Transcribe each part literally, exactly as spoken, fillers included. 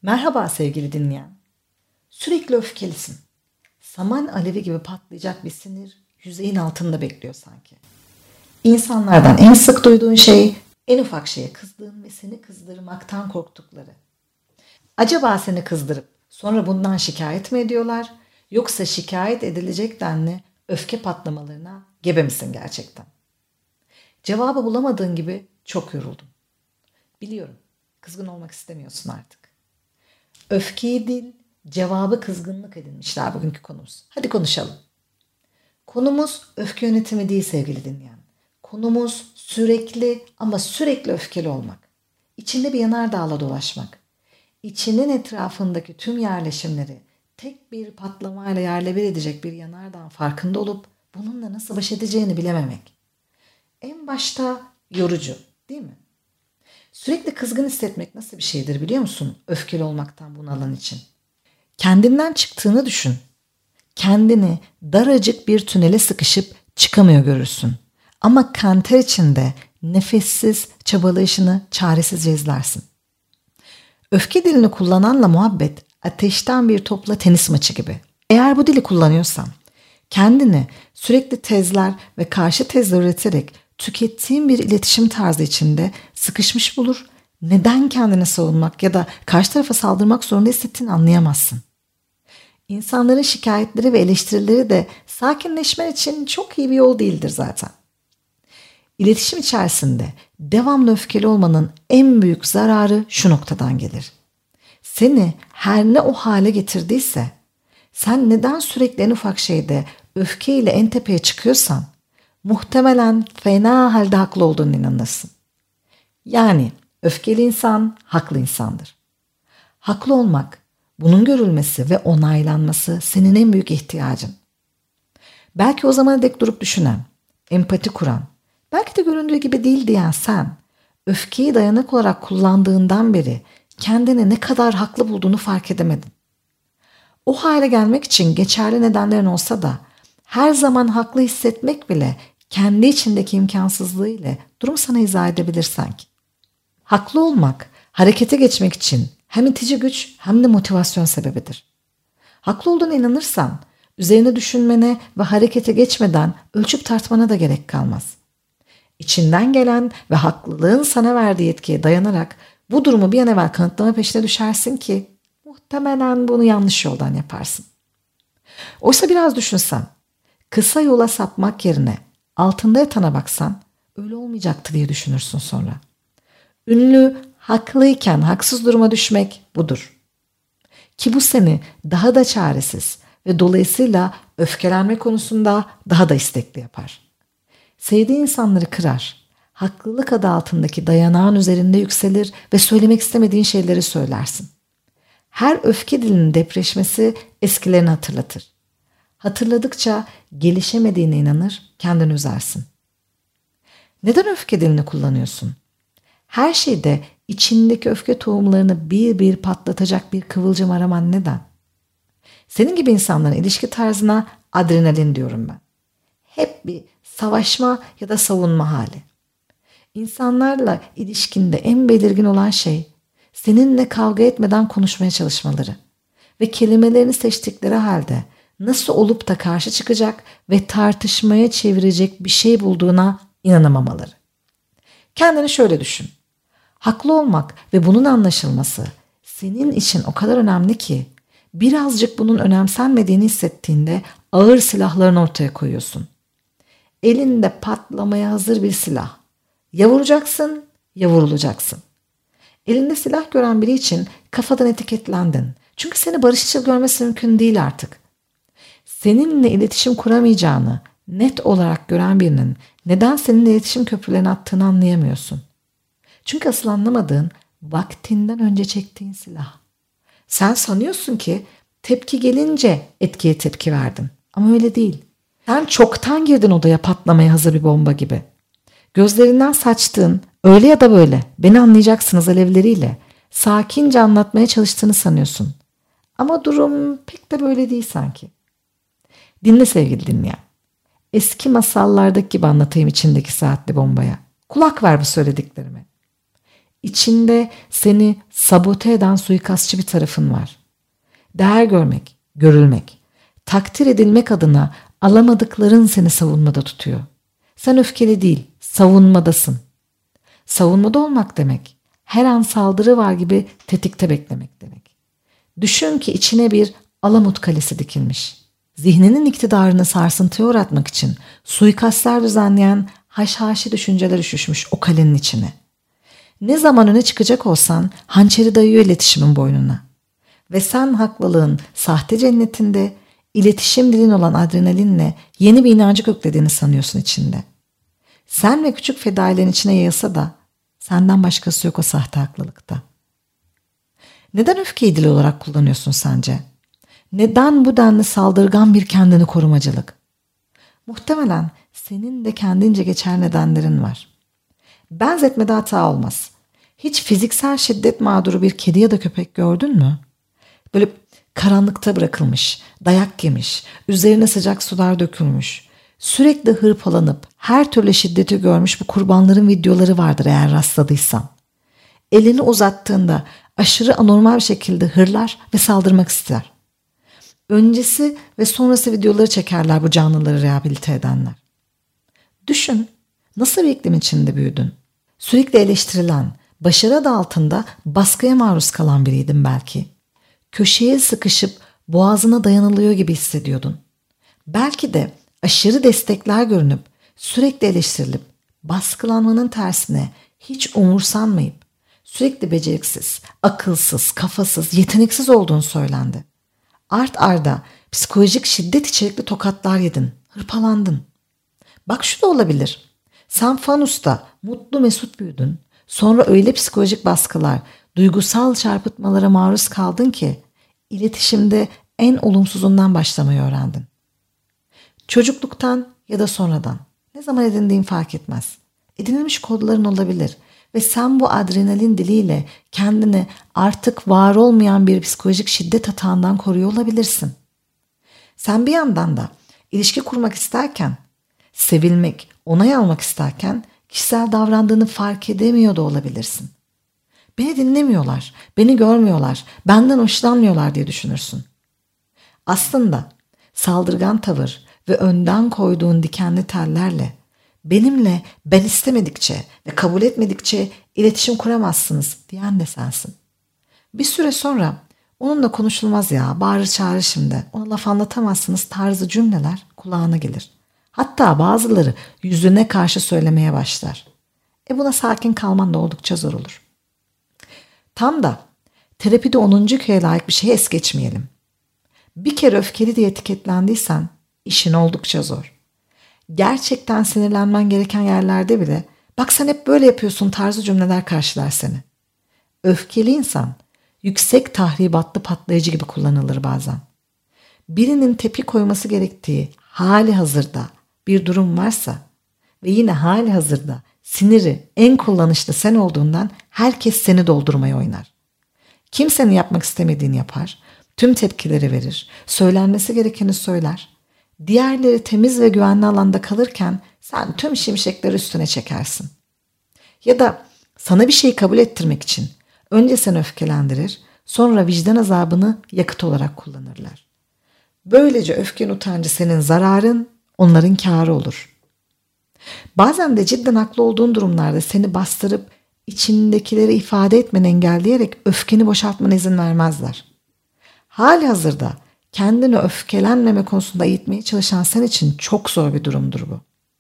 Merhaba sevgili dinleyen. Sürekli öfkelisin. Saman alevi gibi patlayacak bir sinir yüzeyin altında bekliyor sanki. İnsanlardan en sık duyduğun şey en ufak şeye kızdığın ve seni kızdırmaktan korktukları. Acaba seni kızdırıp sonra bundan şikayet mi ediyorlar yoksa şikayet edilecek denli öfke patlamalarına gebe misin gerçekten? Cevabı bulamadığın gibi çok yoruldum. Biliyorum, kızgın olmak istemiyorsun artık. Öfkeyi değil, cevabı kızgınlık edinmişler bugünkü konumuz. Hadi konuşalım. Konumuz öfke yönetimi değil sevgili dinleyen. Konumuz sürekli ama sürekli öfkeli olmak. İçinde bir yanardağla dolaşmak. İçinin etrafındaki tüm yerleşimleri tek bir patlamayla yerle bir edecek bir yanardağın farkında olup bununla nasıl baş edeceğini bilememek. En başta yorucu, değil mi? Sürekli kızgın hissetmek nasıl bir şeydir biliyor musun? Öfkeli olmaktan bunalan için. Kendinden çıktığını düşün. Kendini daracık bir tünele sıkışıp çıkamıyor görürsün. Ama kanter içinde nefessiz çabalayışını çaresizce izlersin. Öfke dilini kullananla muhabbet ateşten bir topla tenis maçı gibi. Eğer bu dili kullanıyorsan kendini sürekli tezler ve karşı tezler üreterek tükettiğin bir iletişim tarzı içinde sıkışmış bulur, neden kendini savunmak ya da karşı tarafa saldırmak zorunda hissettiğini anlayamazsın. İnsanların şikayetleri ve eleştirileri de sakinleşmen için çok iyi bir yol değildir zaten. İletişim içerisinde devamlı öfkeli olmanın en büyük zararı şu noktadan gelir. Seni her ne o hale getirdiyse, sen neden sürekli en ufak şeyde öfkeyle en tepeye çıkıyorsan, muhtemelen fena halde haklı olduğunu inanırsın. Yani öfkeli insan haklı insandır. Haklı olmak, bunun görülmesi ve onaylanması senin en büyük ihtiyacın. Belki o zamana dek durup düşünen, empati kuran, belki de göründüğü gibi değil diyen sen, öfkeyi dayanak olarak kullandığından beri kendini ne kadar haklı bulduğunu fark edemedin. O hale gelmek için geçerli nedenlerin olsa da her zaman haklı hissetmek bile kendi içindeki imkansızlığı ile durumu sana izah edebilir sanki. Haklı olmak, harekete geçmek için hem itici güç hem de motivasyon sebebidir. Haklı olduğuna inanırsan, üzerine düşünmene ve harekete geçmeden ölçüp tartmana da gerek kalmaz. İçinden gelen ve haklılığın sana verdiği yetkiye dayanarak bu durumu bir an evvel kanıtlama peşine düşersin ki muhtemelen bunu yanlış yoldan yaparsın. Oysa biraz düşünsen, kısa yola sapmak yerine altında yatana baksan öyle olmayacaktı diye düşünürsün sonra. Ünlü haklıyken haksız duruma düşmek budur. Ki bu seni daha da çaresiz ve dolayısıyla öfkelenme konusunda daha da istekli yapar. Sevdiği insanları kırar, haklılık adı altındaki dayanağın üzerinde yükselir ve söylemek istemediğin şeyleri söylersin. Her öfke dilinin depreşmesi eskilerini hatırlatır. Hatırladıkça gelişemediğine inanır, kendini üzersin. Neden öfke dilini kullanıyorsun? Her şeyde içindeki öfke tohumlarını bir bir patlatacak bir kıvılcım araman neden? Senin gibi insanların ilişki tarzına adrenalin diyorum ben. Hep bir savaşma ya da savunma hali. İnsanlarla ilişkinde en belirgin olan şey seninle kavga etmeden konuşmaya çalışmaları ve kelimelerini seçtikleri halde nasıl olup da karşı çıkacak ve tartışmaya çevirecek bir şey bulduğuna inanamamaları. Kendini şöyle düşün. Haklı olmak ve bunun anlaşılması senin için o kadar önemli ki birazcık bunun önemsenmediğini hissettiğinde ağır silahlarını ortaya koyuyorsun. Elinde patlamaya hazır bir silah. Ya vuracaksın ya vurulacaksın. Elinde silah gören biri için kafadan etiketlendin. Çünkü seni barışçıl görmesi mümkün değil artık. Seninle iletişim kuramayacağını net olarak gören birinin neden seninle iletişim köprülerini attığını anlayamıyorsun. Çünkü asıl anlamadığın vaktinden önce çektiğin silah. Sen sanıyorsun ki tepki gelince etkiye tepki verdin. Ama öyle değil. Sen çoktan girdin odaya patlamaya hazır bir bomba gibi. Gözlerinden saçtığın öyle ya da böyle beni anlayacaksınız alevleriyle sakince anlatmaya çalıştığını sanıyorsun. Ama durum pek de böyle değil sanki. Dinle sevgili dinleyen. Eski masallardaki gibi anlatayım içindeki saatli bombaya. Kulak ver bu söylediklerime. İçinde seni sabote eden suikastçı bir tarafın var. Değer görmek, görülmek, takdir edilmek adına alamadıkların seni savunmada tutuyor. Sen öfkeli değil, savunmadasın. Savunmada olmak demek, her an saldırı var gibi tetikte beklemek demek. Düşün ki içine bir alamut kalesi dikilmiş. Zihninin iktidarını sarsıntıya uğratmak için suikastler düzenleyen haşhaşi düşünceler üşüşmüş o kalenin içine. Ne zaman öne çıkacak olsan hançeri dayıyor iletişimin boynuna. Ve sen haklılığın sahte cennetinde iletişim dilin olan adrenalinle yeni bir inancı köklediğini sanıyorsun içinde. Sen ve küçük fedailerin içine yayılsa da senden başkası yok o sahte haklılıkta. Neden öfkeyi dil olarak kullanıyorsun sence? Neden bu denli saldırgan bir kendini korumacılık? Muhtemelen senin de kendince geçer nedenlerin var. Benzetmede hata olmaz. Hiç fiziksel şiddet mağduru bir kedi ya da köpek gördün mü? Böyle karanlıkta bırakılmış, dayak yemiş, üzerine sıcak sular dökülmüş, sürekli hırpalanıp her türlü şiddeti görmüş bu kurbanların videoları vardır eğer rastladıysan. Elini uzattığında aşırı anormal bir şekilde hırlar ve saldırmak ister. Öncesi ve sonrası videoları çekerler bu canlıları rehabilite edenler. Düşün, nasıl bir iklim içinde büyüdün? Sürekli eleştirilen, başarı adı altında baskıya maruz kalan biriydin belki. Köşeye sıkışıp boğazına dayanılıyor gibi hissediyordun. Belki de aşırı destekler görünüp sürekli eleştirilip baskılanmanın tersine hiç umursanmayıp sürekli beceriksiz, akılsız, kafasız, yeteneksiz olduğunu söylendi. Art arda psikolojik şiddet içerikli tokatlar yedin, hırpalandın. Bak şu da olabilir. Sen fanusta mutlu mesut büyüdün. Sonra öyle psikolojik baskılar, duygusal çarpıtmalara maruz kaldın ki iletişimde en olumsuzundan başlamayı öğrendin. Çocukluktan ya da sonradan ne zaman edindiğin fark etmez. Edinilmiş kodların olabilir ve sen bu adrenalin diliyle kendini artık var olmayan bir psikolojik şiddet hatağından koruyor olabilirsin. Sen bir yandan da ilişki kurmak isterken, sevilmek, onay almak isterken kişisel davrandığını fark edemiyor da olabilirsin. Beni dinlemiyorlar, beni görmüyorlar, benden hoşlanmıyorlar diye düşünürsün. Aslında saldırgan tavır ve önden koyduğun dikenli tellerle benimle ben istemedikçe ve kabul etmedikçe iletişim kuramazsınız diyen de sensin. Bir süre sonra onunla konuşulmaz ya, bağırır çağırır şimdi, ona laf anlatamazsınız tarzı cümleler kulağına gelir. Hatta bazıları yüzüne karşı söylemeye başlar. E buna sakin kalman da oldukça zor olur. Tam da terapide onuncu köye layık bir şeye es geçmeyelim. Bir kere öfkeli diye etiketlendiysen işin oldukça zor. Gerçekten sinirlenmen gereken yerlerde bile bak sen hep böyle yapıyorsun tarzı cümleler karşılar seni. Öfkeli insan yüksek tahribatlı patlayıcı gibi kullanılır bazen. Birinin tepki koyması gerektiği hali hazırda bir durum varsa ve yine hali hazırda siniri en kullanışlı sen olduğundan herkes seni doldurmaya oynar. Kimsenin yapmak istemediğini yapar, tüm tepkileri verir, söylenmesi gerekeni söyler. Diğerleri temiz ve güvenli alanda kalırken sen tüm şimşekleri üstüne çekersin. Ya da sana bir şeyi kabul ettirmek için önce seni öfkelendirir, sonra vicdan azabını yakıt olarak kullanırlar. Böylece öfken utancı senin zararın, onların kârı olur. Bazen de cidden haklı olduğun durumlarda seni bastırıp içindekileri ifade etmeni engelleyerek öfkeni boşaltmana izin vermezler. Halihazırda kendini öfkelenmeme konusunda eğitmeye çalışan sen için çok zor bir durumdur bu.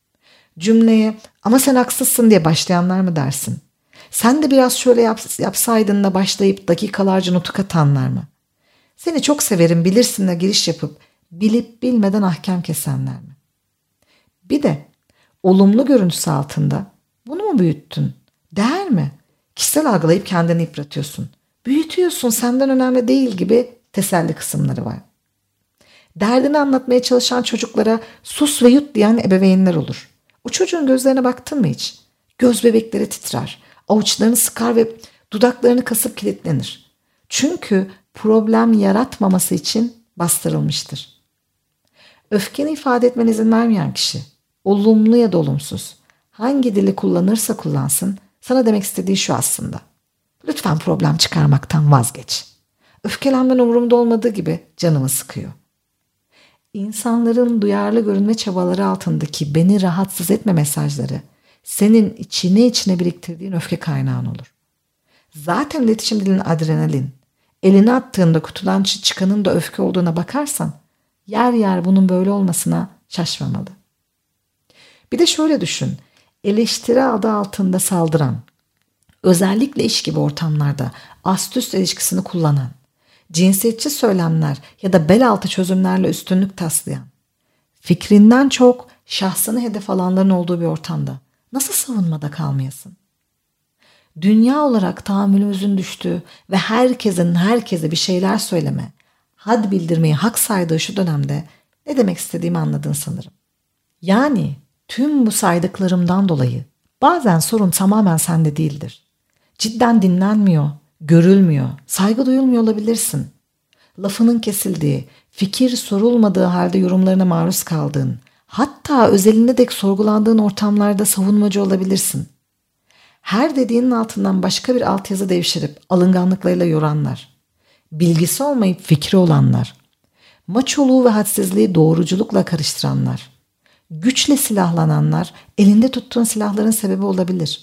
Cümleye ama sen haksızsın diye başlayanlar mı dersin? Sen de biraz şöyle yaps- yapsaydın da başlayıp dakikalarca nutuk atanlar mı? Seni çok severim bilirsin de giriş yapıp bilip bilmeden ahkam kesenler mi? Bir de olumlu görüntüsü altında bunu mu büyüttün? Değer mi? Kişisel algılayıp kendini yıpratıyorsun. Büyütüyorsun, senden önemli değil gibi teselli kısımları var. Derdini anlatmaya çalışan çocuklara sus ve yut diyen ebeveynler olur. O çocuğun gözlerine baktın mı hiç? Göz bebekleri titrer, avuçlarını sıkar ve dudaklarını kasıp kilitlenir. Çünkü problem yaratmaması için bastırılmıştır. Öfkeni ifade etmene izin vermeyen kişi, olumlu ya da olumsuz, hangi dili kullanırsa kullansın, sana demek istediği şu aslında. Lütfen problem çıkarmaktan vazgeç. Öfkelenmen umurumda olmadığı gibi canımı sıkıyor. İnsanların duyarlı görünme çabaları altındaki beni rahatsız etme mesajları senin içine içine biriktirdiğin öfke kaynağın olur. Zaten iletişim dilinin adrenalin. Elini attığında kutudan çıkanın da öfke olduğuna bakarsan yer yer bunun böyle olmasına şaşmamalı. Bir de şöyle düşün. Eleştiri adı altında saldıran, özellikle iş gibi ortamlarda ast üst ilişkisini kullanan, cinsiyetçi söylemler ya da bel altı çözümlerle üstünlük taslayan, fikrinden çok şahsını hedef alanların olduğu bir ortamda nasıl savunmada kalmayasın? Dünya olarak tahammülümüzün düştüğü ve herkesin herkese bir şeyler söyleme, had bildirmeyi hak saydığı şu dönemde ne demek istediğimi anladın sanırım. Yani tüm bu saydıklarımdan dolayı bazen sorun tamamen sende değildir. Cidden dinlenmiyor, görülmüyor, saygı duyulmuyor olabilirsin. Lafının kesildiği, fikir sorulmadığı halde yorumlarına maruz kaldığın, hatta özeline dek sorgulandığın ortamlarda savunmacı olabilirsin. Her dediğinin altından başka bir altyazı devşirip alınganlıklarıyla yoranlar, bilgisi olmayıp fikri olanlar, maçoluğu ve hadsizliği doğruculukla karıştıranlar, güçle silahlananlar elinde tuttuğun silahların sebebi olabilir.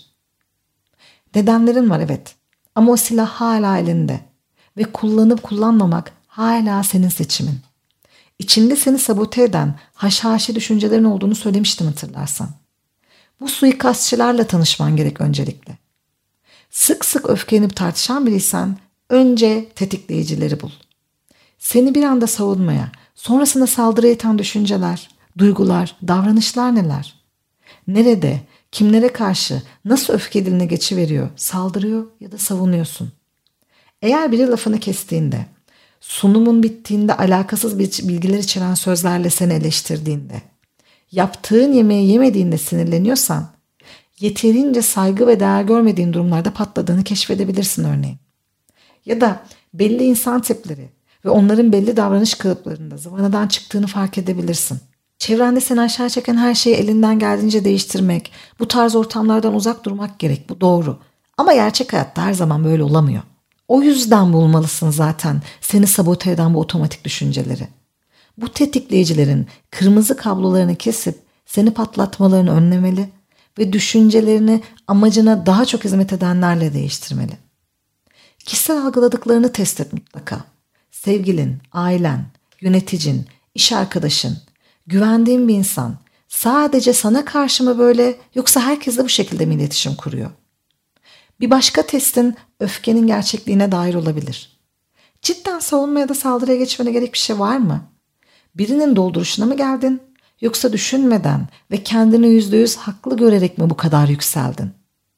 Nedenlerin var evet ama o silah hala elinde ve kullanıp kullanmamak hala senin seçimin. İçinde seni sabote eden haşhaşi düşüncelerin olduğunu söylemiştim hatırlarsan. Bu suikastçılarla tanışman gerek öncelikle. Sık sık öfkelenip tartışan biriysen önce tetikleyicileri bul. Seni bir anda savunmaya, sonrasında saldırıya iten düşünceler, duygular, davranışlar neler? Nerede, kimlere karşı, nasıl öfke diline geçiveriyor, saldırıyor ya da savunuyorsun? Eğer biri lafını kestiğinde, sunumun bittiğinde alakasız bilgiler içeren sözlerle seni eleştirdiğinde, yaptığın yemeği yemediğinde sinirleniyorsan, yeterince saygı ve değer görmediğin durumlarda patladığını keşfedebilirsin örneğin. Ya da belli insan tipleri ve onların belli davranış kalıplarında zıvanadan çıktığını fark edebilirsin. Çevrende seni aşağı çeken her şeyi elinden geldiğince değiştirmek, bu tarz ortamlardan uzak durmak gerek, bu doğru. Ama gerçek hayatta her zaman böyle olamıyor. O yüzden bulmalısın zaten seni sabote eden bu otomatik düşünceleri. Bu tetikleyicilerin kırmızı kablolarını kesip seni patlatmalarını önlemeli ve düşüncelerini amacına daha çok hizmet edenlerle değiştirmeli. Kişisel algıladıklarını test et mutlaka. Sevgilin, ailen, yöneticin, iş arkadaşın, güvendiğin bir insan sadece sana karşı mı böyle yoksa herkesle bu şekilde mi iletişim kuruyor? Bir başka testin öfkenin gerçekliğine dair olabilir. Cidden savunma ya da saldırıya geçmene gerek bir şey var mı? Birinin dolduruşuna mı geldin yoksa düşünmeden ve kendini yüzde yüz haklı görerek mi bu kadar yükseldin?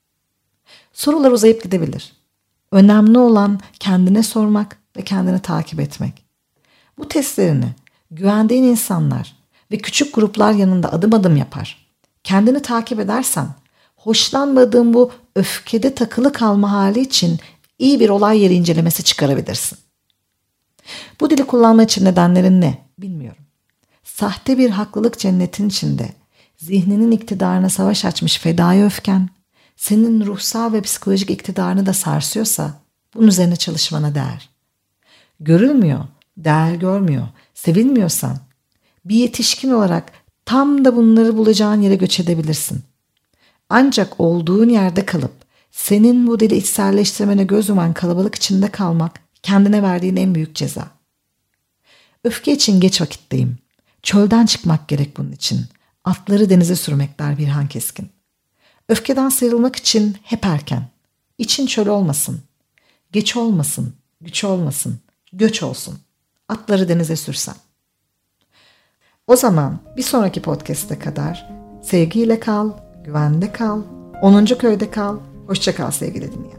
Sorular uzayıp gidebilir. Önemli olan kendine sormak ve kendini takip etmek. Bu testlerini güvendiğin insanlar ve küçük gruplar yanında adım adım yapar. Kendini takip edersen hoşlanmadığın bu öfkede takılı kalma hali için iyi bir olay yeri incelemesi çıkarabilirsin. Bu dili kullanma için nedenlerin ne? Bilmiyorum. Sahte bir haklılık cennetin içinde zihninin iktidarına savaş açmış fedai öfken, senin ruhsal ve psikolojik iktidarını da sarsıyorsa bunun üzerine çalışmana değer. Görülmüyor, değer görmüyor, sevilmiyorsan bir yetişkin olarak tam da bunları bulacağın yere göç edebilirsin. Ancak olduğun yerde kalıp senin bu dili içselleştirmene göz yuman kalabalık içinde kalmak kendine verdiğin en büyük ceza. Öfke için geç vakitteyim. Çölden çıkmak gerek bunun için. Atları denize sürmek der Birhan Keskin. Öfkeden sıyrılmak için hep erken. İçin çöl olmasın. Geç olmasın. Güç olmasın. Göç olsun. Atları denize sürsen. O zaman bir sonraki podcast'e kadar sevgiyle kal, güvende kal, onuncu köyde kal. Hoşça kal sevgili dinleyen.